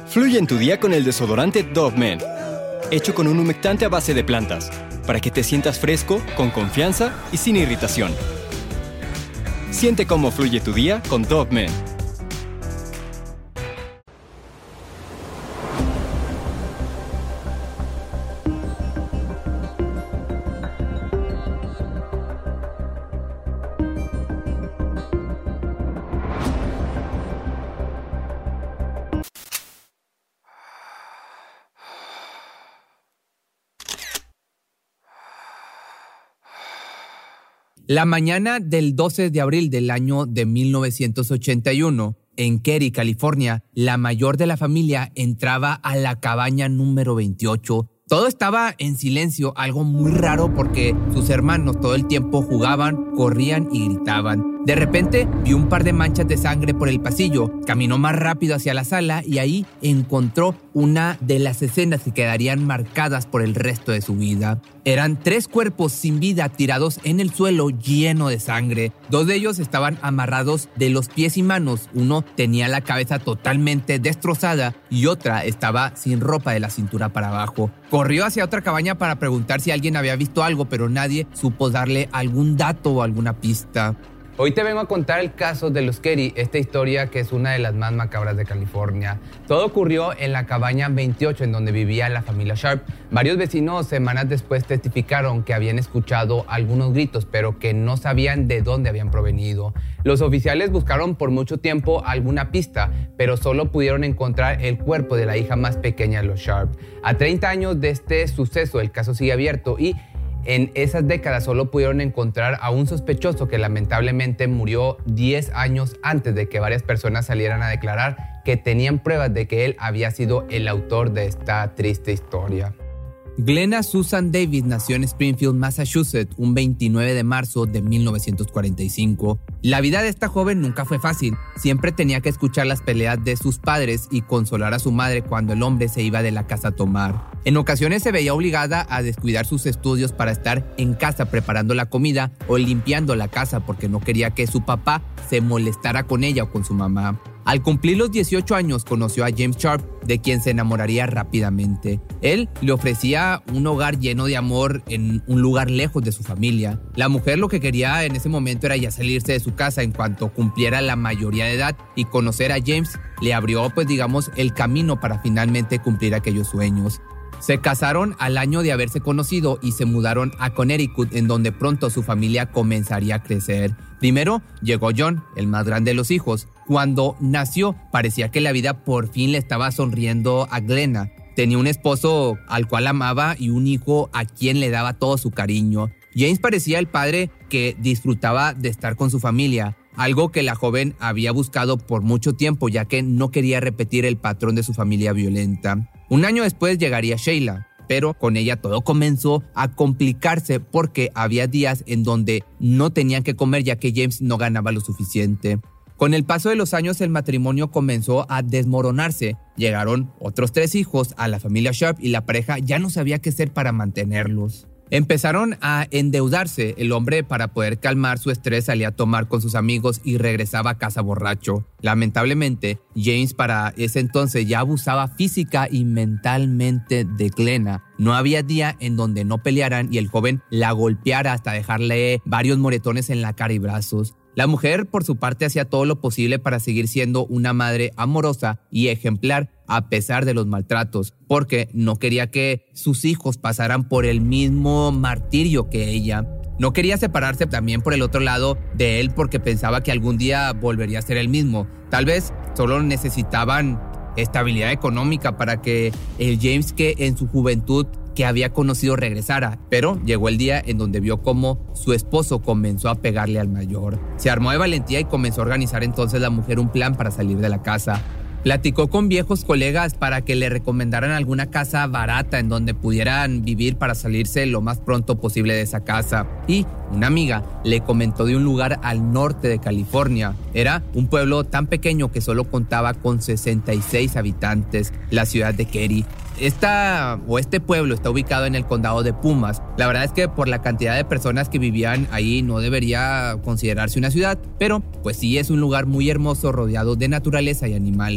Fluye en tu día con el desodorante Dove Men, hecho con un humectante a base de plantas, para que te sientas fresco, con confianza y sin irritación. Siente cómo fluye tu día con Dove Men. La mañana del 12 de abril del año de 1981, en Cary, California, la mayor de la familia entraba a la cabaña número 28. Todo estaba en silencio, algo muy raro porque sus hermanos todo el tiempo jugaban, corrían y gritaban. De repente vio un par de manchas de sangre por el pasillo, caminó más rápido hacia la sala y ahí encontró una de las escenas que quedarían marcadas por el resto de su vida. Eran 3 cuerpos sin vida tirados en el suelo lleno de sangre. 2 de ellos estaban amarrados de los pies y manos. Uno tenía la cabeza totalmente destrozada y otra estaba sin ropa de la cintura para abajo. Corrió hacia otra cabaña para preguntar si alguien había visto algo, pero nadie supo darle algún dato o alguna pista. Hoy te vengo a contar el caso de los Cary, esta historia que es una de las más macabras de California. Todo ocurrió en la cabaña 28 en donde vivía la familia Sharp. Varios vecinos semanas después testificaron que habían escuchado algunos gritos, pero que no sabían de dónde habían provenido. Los oficiales buscaron por mucho tiempo alguna pista, pero solo pudieron encontrar el cuerpo de la hija más pequeña de los Sharp. A 30 años de este suceso, el caso sigue abierto y en esas décadas solo pudieron encontrar a un sospechoso que lamentablemente murió 10 años antes de que varias personas salieran a declarar que tenían pruebas de que él había sido el autor de esta triste historia. Glenna Susan Davis nació en Springfield, Massachusetts, un 29 de marzo de 1945. La vida de esta joven nunca fue fácil. Siempre tenía que escuchar las peleas de sus padres y consolar a su madre cuando el hombre se iba de la casa a tomar. En ocasiones se veía obligada a descuidar sus estudios para estar en casa preparando la comida o limpiando la casa porque no quería que su papá se molestara con ella o con su mamá. Al cumplir los 18 años conoció a James Sharp, de quien se enamoraría rápidamente. Él le ofrecía un hogar lleno de amor en un lugar lejos de su familia. La mujer lo que quería en ese momento era ya salirse de su casa en cuanto cumpliera la mayoría de edad, y conocer a James le abrió el camino para finalmente cumplir aquellos sueños. Se casaron al año de haberse conocido y se mudaron a Connecticut, en donde pronto su familia comenzaría a crecer. Primero llegó John, el más grande de los hijos. Cuando nació, parecía que la vida por fin le estaba sonriendo a Glenna. Tenía un esposo al cual amaba y un hijo a quien le daba todo su cariño. James parecía el padre que disfrutaba de estar con su familia, algo que la joven había buscado por mucho tiempo, ya que no quería repetir el patrón de su familia violenta. Un año después llegaría Sheila, pero con ella todo comenzó a complicarse porque había días en donde no tenían que comer ya que James no ganaba lo suficiente. Con el paso de los años el matrimonio comenzó a desmoronarse. Llegaron otros 3 hijos a la familia Sharp y la pareja ya no sabía qué hacer para mantenerlos. Empezaron a endeudarse. El hombre, para poder calmar su estrés, salía a tomar con sus amigos y regresaba a casa borracho. Lamentablemente, James para ese entonces ya abusaba física y mentalmente de Glenna. No había día en donde no pelearan y el joven la golpeara hasta dejarle varios moretones en la cara y brazos. La mujer, por su parte, hacía todo lo posible para seguir siendo una madre amorosa y ejemplar a pesar de los maltratos, porque no quería que sus hijos pasaran por el mismo martirio que ella. No quería separarse también por el otro lado de él porque pensaba que algún día volvería a ser el mismo. Tal vez solo necesitaban estabilidad económica para que el James que en su juventud que había conocido regresara, pero llegó el día en donde vio cómo su esposo comenzó a pegarle al mayor. Se armó de valentía y comenzó a organizar entonces la mujer un plan para salir de la casa. Platicó con viejos colegas para que le recomendaran alguna casa barata en donde pudieran vivir para salirse lo más pronto posible de esa casa. Y una amiga le comentó de un lugar al norte de California. Era un pueblo tan pequeño que solo contaba con 66 habitantes, la ciudad de Cary. Este pueblo está ubicado en el condado de Pumas. La verdad es que por la cantidad de personas que vivían ahí no debería considerarse una ciudad, pero pues sí es un lugar muy hermoso rodeado de naturaleza y animales.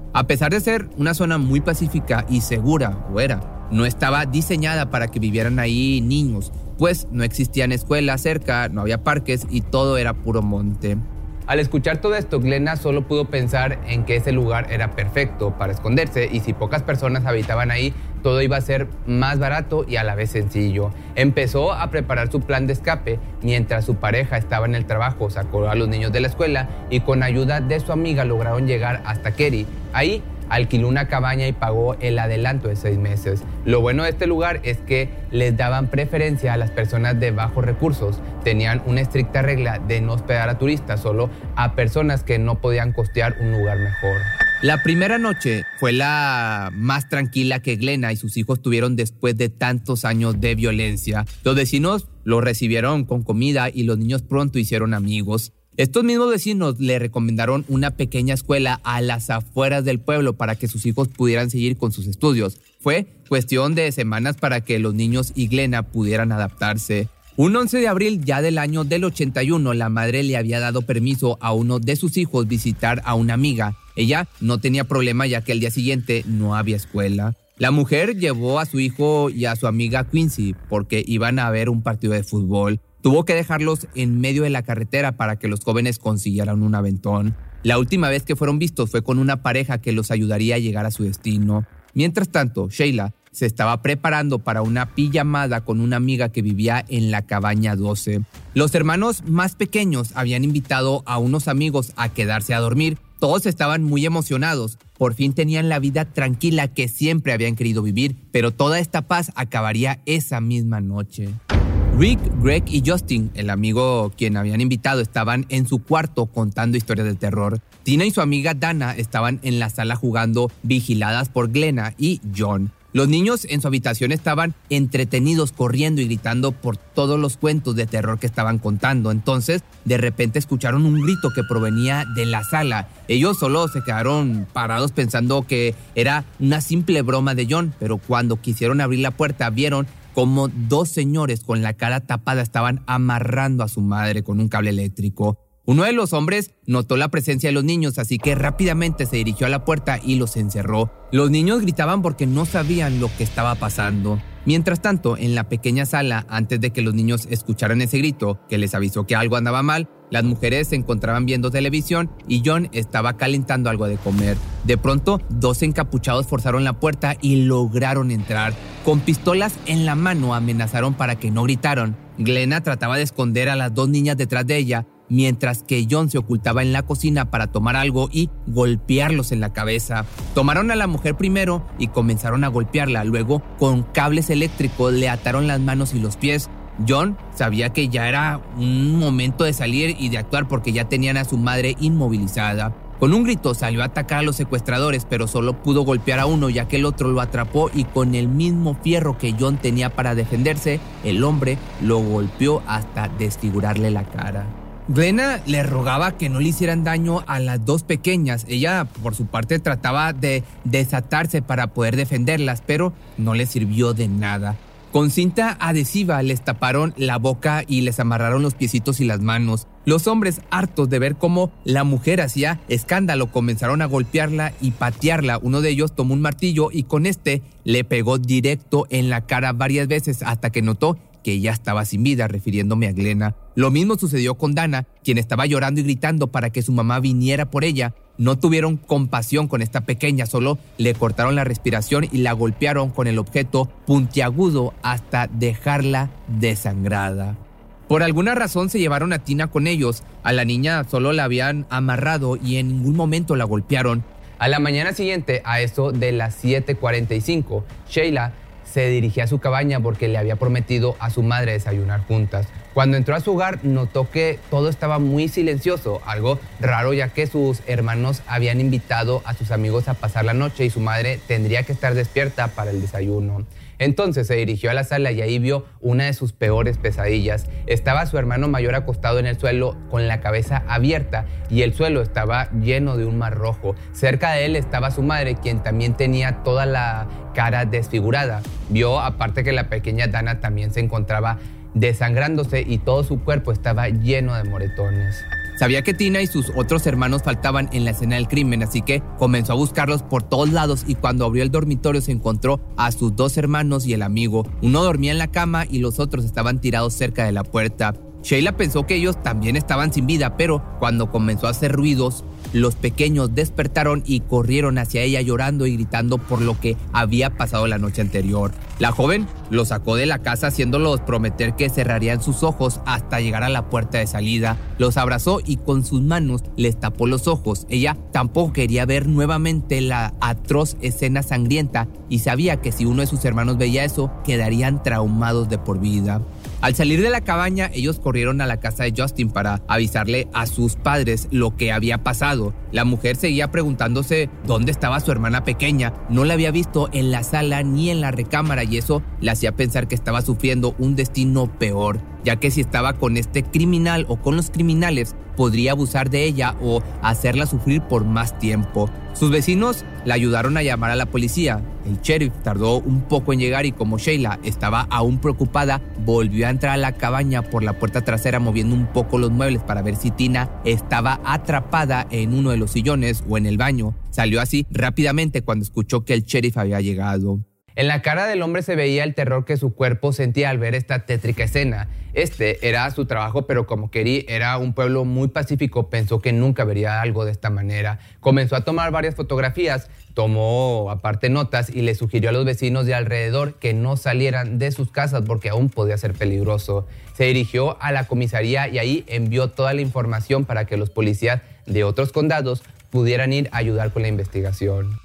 A pesar de ser una zona muy pacífica y segura, no estaba diseñada para que vivieran ahí niños, pues no existían escuelas cerca, no había parques y todo era puro monte. Al escuchar todo esto, Glenna solo pudo pensar en que ese lugar era perfecto para esconderse y si pocas personas habitaban ahí, todo iba a ser más barato y a la vez sencillo. Empezó a preparar su plan de escape mientras su pareja estaba en el trabajo, sacó a los niños de la escuela y con ayuda de su amiga lograron llegar hasta Kerry. Ahí alquiló una cabaña y pagó el adelanto de 6 meses. Lo bueno de este lugar es que les daban preferencia a las personas de bajos recursos. Tenían una estricta regla de no hospedar a turistas, solo a personas que no podían costear un lugar mejor. La primera noche fue la más tranquila que Glenna y sus hijos tuvieron después de tantos años de violencia. Los vecinos los recibieron con comida y los niños pronto hicieron amigos. Estos mismos vecinos le recomendaron una pequeña escuela a las afueras del pueblo para que sus hijos pudieran seguir con sus estudios. Fue cuestión de semanas para que los niños y Glenna pudieran adaptarse. Un 11 de abril ya del año del 81, la madre le había dado permiso a uno de sus hijos visitar a una amiga. Ella no tenía problema ya que el día siguiente no había escuela. La mujer llevó a su hijo y a su amiga Quincy porque iban a ver un partido de fútbol. Tuvo que dejarlos en medio de la carretera para que los jóvenes consiguieran un aventón. La última vez que fueron vistos fue con una pareja que los ayudaría a llegar a su destino. Mientras tanto, Sheila se estaba preparando para una pijamada con una amiga que vivía en la cabaña 12. Los hermanos más pequeños habían invitado a unos amigos a quedarse a dormir. Todos estaban muy emocionados. Por fin tenían la vida tranquila que siempre habían querido vivir, pero toda esta paz acabaría esa misma noche. Rick, Greg y Justin, el amigo quien habían invitado, estaban en su cuarto contando historias de terror. Tina y su amiga Dana estaban en la sala jugando, vigiladas por Glenna y John. Los niños en su habitación estaban entretenidos, corriendo y gritando por todos los cuentos de terror que estaban contando. Entonces, de repente escucharon un grito que provenía de la sala. Ellos solo se quedaron parados pensando que era una simple broma de John, pero cuando quisieron abrir la puerta vieron como 2 señores con la cara tapada estaban amarrando a su madre con un cable eléctrico. Uno de los hombres notó la presencia de los niños, así que rápidamente se dirigió a la puerta y los encerró. Los niños gritaban porque no sabían lo que estaba pasando. Mientras tanto, en la pequeña sala, antes de que los niños escucharan ese grito que les avisó que algo andaba mal, las mujeres se encontraban viendo televisión y John estaba calentando algo de comer. De pronto, 2 encapuchados forzaron la puerta y lograron entrar. Con pistolas en la mano amenazaron para que no gritaran. Glenna trataba de esconder a las 2 niñas detrás de ella, mientras que John se ocultaba en la cocina para tomar algo y golpearlos en la cabeza. Tomaron a la mujer primero y comenzaron a golpearla. Luego, con cables eléctricos, le ataron las manos y los pies. John sabía que ya era un momento de salir y de actuar porque ya tenían a su madre inmovilizada. Con un grito salió a atacar a los secuestradores, pero solo pudo golpear a uno ya que el otro lo atrapó y con el mismo fierro que John tenía para defenderse, el hombre lo golpeó hasta desfigurarle la cara. Glenna le rogaba que no le hicieran daño a las 2 pequeñas. Ella, por su parte, trataba de desatarse para poder defenderlas, pero no le sirvió de nada. Con cinta adhesiva les taparon la boca y les amarraron los piecitos y las manos. Los hombres, hartos de ver cómo la mujer hacía escándalo, comenzaron a golpearla y patearla. Uno de ellos tomó un martillo y con este le pegó directo en la cara varias veces hasta que notó que ella estaba sin vida, refiriéndome a Glenna. Lo mismo sucedió con Dana, quien estaba llorando y gritando para que su mamá viniera por ella. No tuvieron compasión con esta pequeña, solo le cortaron la respiración y la golpearon con el objeto puntiagudo hasta dejarla desangrada. Por alguna razón se llevaron a Tina con ellos. A la niña solo la habían amarrado y en ningún momento la golpearon. A la mañana siguiente, a eso de las 7:45, Sheila se dirigía a su cabaña porque le había prometido a su madre desayunar juntas. Cuando entró a su hogar, notó que todo estaba muy silencioso, algo raro ya que sus hermanos habían invitado a sus amigos a pasar la noche y su madre tendría que estar despierta para el desayuno. Entonces se dirigió a la sala y ahí vio una de sus peores pesadillas. Estaba su hermano mayor acostado en el suelo con la cabeza abierta y el suelo estaba lleno de un mar rojo. Cerca de él estaba su madre, quien también tenía toda la cara desfigurada. Vio aparte que la pequeña Dana también se encontraba desangrándose y todo su cuerpo estaba lleno de moretones. Sabía que Tina y sus otros hermanos faltaban en la escena del crimen, así que comenzó a buscarlos por todos lados y cuando abrió el dormitorio se encontró a sus 2 hermanos y el amigo. Uno dormía en la cama y los otros estaban tirados cerca de la puerta. Sheila pensó que ellos también estaban sin vida, pero cuando comenzó a hacer ruidos, los pequeños despertaron y corrieron hacia ella llorando y gritando por lo que había pasado la noche anterior. La joven los sacó de la casa haciéndolos prometer que cerrarían sus ojos hasta llegar a la puerta de salida. Los abrazó y con sus manos les tapó los ojos. Ella tampoco quería ver nuevamente la atroz escena sangrienta y sabía que si uno de sus hermanos veía eso, quedarían traumados de por vida. Al salir de la cabaña, ellos corrieron a la casa de Justin para avisarle a sus padres lo que había pasado. La mujer seguía preguntándose dónde estaba su hermana pequeña. No la había visto en la sala ni en la recámara y eso le hacía pensar que estaba sufriendo un destino peor, ya que si estaba con este criminal o con los criminales, podría abusar de ella o hacerla sufrir por más tiempo. Sus vecinos la ayudaron a llamar a la policía. El sheriff tardó un poco en llegar y como Sheila estaba aún preocupada, volvió a entrar a la cabaña por la puerta trasera moviendo un poco los muebles para ver si Tina estaba atrapada en uno de los sillones o en el baño. Salió así rápidamente cuando escuchó que el sheriff había llegado. En la cara del hombre se veía el terror que su cuerpo sentía al ver esta tétrica escena. Este era su trabajo, pero como Kerry era un pueblo muy pacífico, pensó que nunca vería algo de esta manera. Comenzó a tomar varias fotografías, tomó aparte notas y le sugirió a los vecinos de alrededor que no salieran de sus casas porque aún podía ser peligroso. Se dirigió a la comisaría y ahí envió toda la información para que los policías de otros condados pudieran ir a ayudar con la investigación.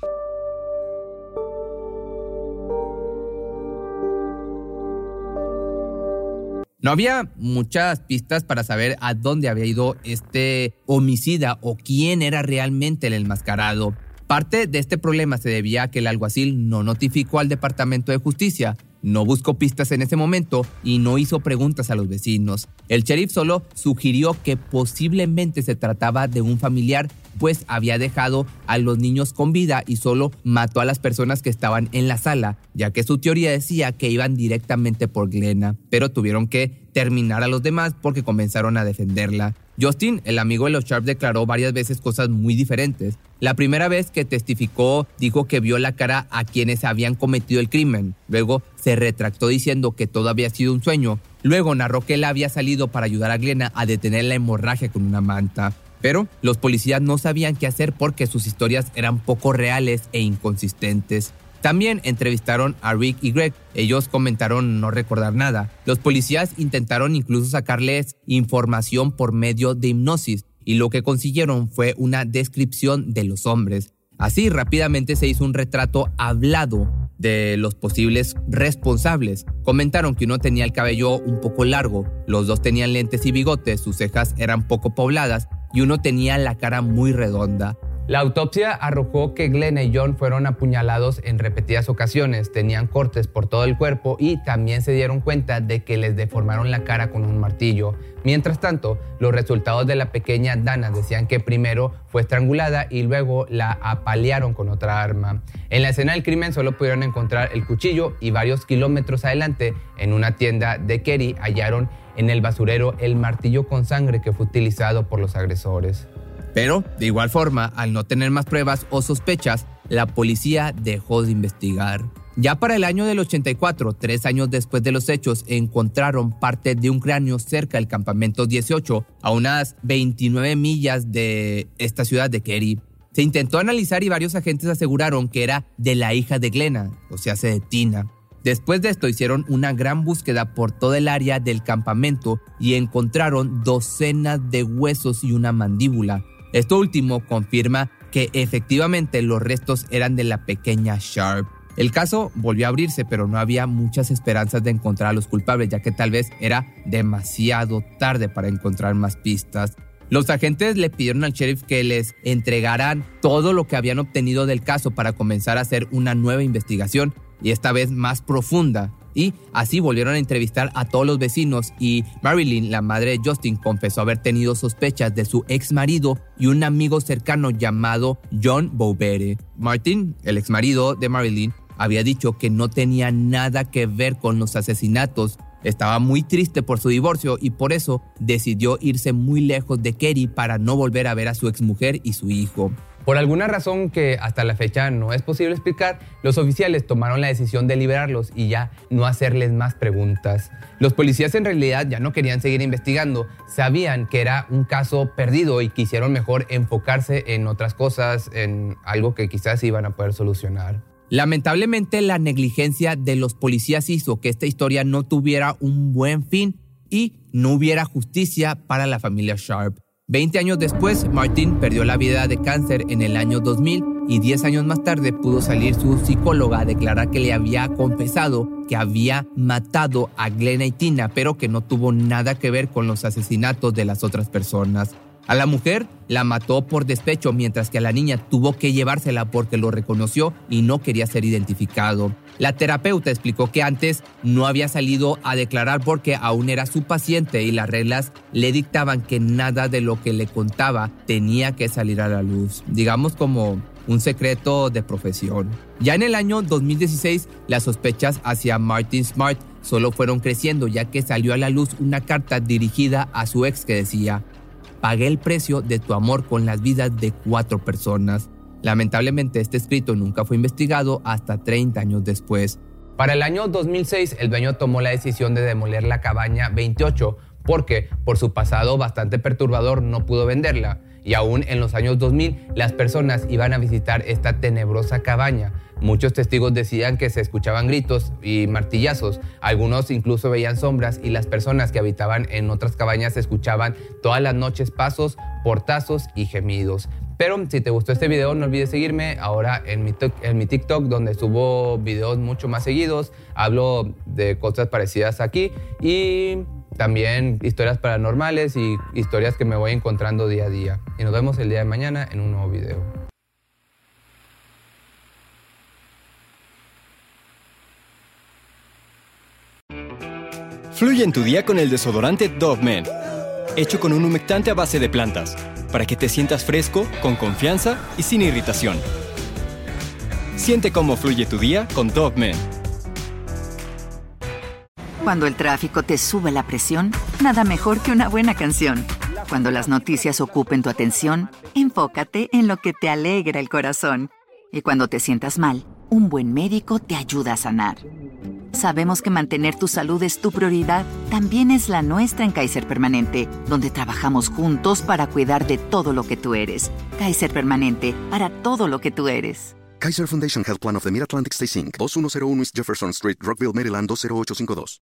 No había muchas pistas para saber a dónde había ido este homicida o quién era realmente el enmascarado. Parte de este problema se debía a que el alguacil no notificó al Departamento de Justicia, no buscó pistas en ese momento y no hizo preguntas a los vecinos. El sheriff solo sugirió que posiblemente se trataba de un familiar, pues había dejado a los niños con vida y solo mató a las personas que estaban en la sala, ya que su teoría decía que iban directamente por Glenna, pero tuvieron que terminar a los demás porque comenzaron a defenderla. Justin, el amigo de los Sharp, declaró varias veces cosas muy diferentes. La primera vez que testificó, dijo que vio la cara a quienes habían cometido el crimen. Luego se retractó diciendo que todo había sido un sueño. Luego narró que él había salido para ayudar a Glenna a detener la hemorragia con una manta. Pero los policías no sabían qué hacer porque sus historias eran poco reales e inconsistentes. También entrevistaron a Rick y Greg. Ellos comentaron no recordar nada. Los policías intentaron incluso sacarles información por medio de hipnosis y lo que consiguieron fue una descripción de los hombres. Así rápidamente se hizo un retrato hablado de los posibles responsables. Comentaron que uno tenía el cabello un poco largo, los dos tenían lentes y bigotes, sus cejas eran poco pobladas y uno tenía la cara muy redonda. La autopsia arrojó que Glenna y John fueron apuñalados en repetidas ocasiones, tenían cortes por todo el cuerpo y también se dieron cuenta de que les deformaron la cara con un martillo. Mientras tanto, los resultados de la pequeña Dana decían que primero fue estrangulada y luego la apalearon con otra arma. En la escena del crimen solo pudieron encontrar el cuchillo y varios kilómetros adelante, en una tienda de Kerry, hallaron en el basurero el martillo con sangre que fue utilizado por los agresores. Pero, de igual forma, al no tener más pruebas o sospechas, la policía dejó de investigar. Ya para el año del 84, 3 años después de los hechos, encontraron parte de un cráneo cerca del campamento 18, a unas 29 millas de esta ciudad de Kerry. Se intentó analizar y varios agentes aseguraron que era de la hija de Glenna, o sea, de Tina. Después de esto hicieron una gran búsqueda por todo el área del campamento y encontraron docenas de huesos y una mandíbula. Esto último confirma que efectivamente los restos eran de la pequeña Sharp. El caso volvió a abrirse, pero no había muchas esperanzas de encontrar a los culpables, ya que tal vez era demasiado tarde para encontrar más pistas. Los agentes le pidieron al sheriff que les entregaran todo lo que habían obtenido del caso para comenzar a hacer una nueva investigación, y esta vez más profunda. Y así volvieron a entrevistar a todos los vecinos y Marilyn, la madre de Justin, confesó haber tenido sospechas de su ex marido y un amigo cercano llamado John Boubere. Martin, el ex marido de Marilyn, había dicho que no tenía nada que ver con los asesinatos Estaba muy triste por su divorcio y por eso decidió irse muy lejos de Kerry para no volver a ver a su exmujer y su hijo. Por alguna razón que hasta la fecha no es posible explicar, los oficiales tomaron la decisión de liberarlos y ya no hacerles más preguntas. Los policías en realidad ya no querían seguir investigando, sabían que era un caso perdido y quisieron mejor enfocarse en otras cosas, en algo que quizás iban a poder solucionar. Lamentablemente, la negligencia de los policías hizo que esta historia no tuviera un buen fin y no hubiera justicia para la familia Sharp. 20 años después, Martin perdió la vida de cáncer en el año 2000 y 10 años más tarde pudo salir su psicóloga a declarar que le había confesado que había matado a Glenna y Tina, pero que no tuvo nada que ver con los asesinatos de las otras personas. A la mujer la mató por despecho, mientras que a la niña tuvo que llevársela porque lo reconoció y no quería ser identificado. La terapeuta explicó que antes no había salido a declarar porque aún era su paciente y las reglas le dictaban que nada de lo que le contaba tenía que salir a la luz. Digamos como un secreto de profesión. Ya en el año 2016, las sospechas hacia Martin Smart solo fueron creciendo, ya que salió a la luz una carta dirigida a su ex que decía: pagué el precio de tu amor con las vidas de 4 personas. Lamentablemente, este escrito nunca fue investigado hasta 30 años después. Para el año 2006, el dueño tomó la decisión de demoler la cabaña 28 porque, por su pasado bastante perturbador, no pudo venderla. Y aún en los años 2000, las personas iban a visitar esta tenebrosa cabaña. Muchos testigos decían que se escuchaban gritos y martillazos. Algunos incluso veían sombras y las personas que habitaban en otras cabañas escuchaban todas las noches pasos, portazos y gemidos. Pero si te gustó este video, no olvides seguirme ahora en mi TikTok, donde subo videos mucho más seguidos. Hablo de cosas parecidas aquí y también historias paranormales y historias que me voy encontrando día a día. Y nos vemos el día de mañana en un nuevo video. Fluye en tu día con el desodorante Dove Men, hecho con un humectante a base de plantas, para que te sientas fresco, con confianza y sin irritación. Siente cómo fluye tu día con Dove Men. Cuando el tráfico te sube la presión, nada mejor que una buena canción. Cuando las noticias ocupen tu atención, enfócate en lo que te alegra el corazón. Y cuando te sientas mal, un buen médico te ayuda a sanar. Sabemos que mantener tu salud es tu prioridad, también es la nuestra en Kaiser Permanente, donde trabajamos juntos para cuidar de todo lo que tú eres. Kaiser Permanente, para todo lo que tú eres. Kaiser Foundation Health Plan of the Mid-Atlantic Stay Inc. 2101 East Jefferson Street, Rockville, Maryland 20852.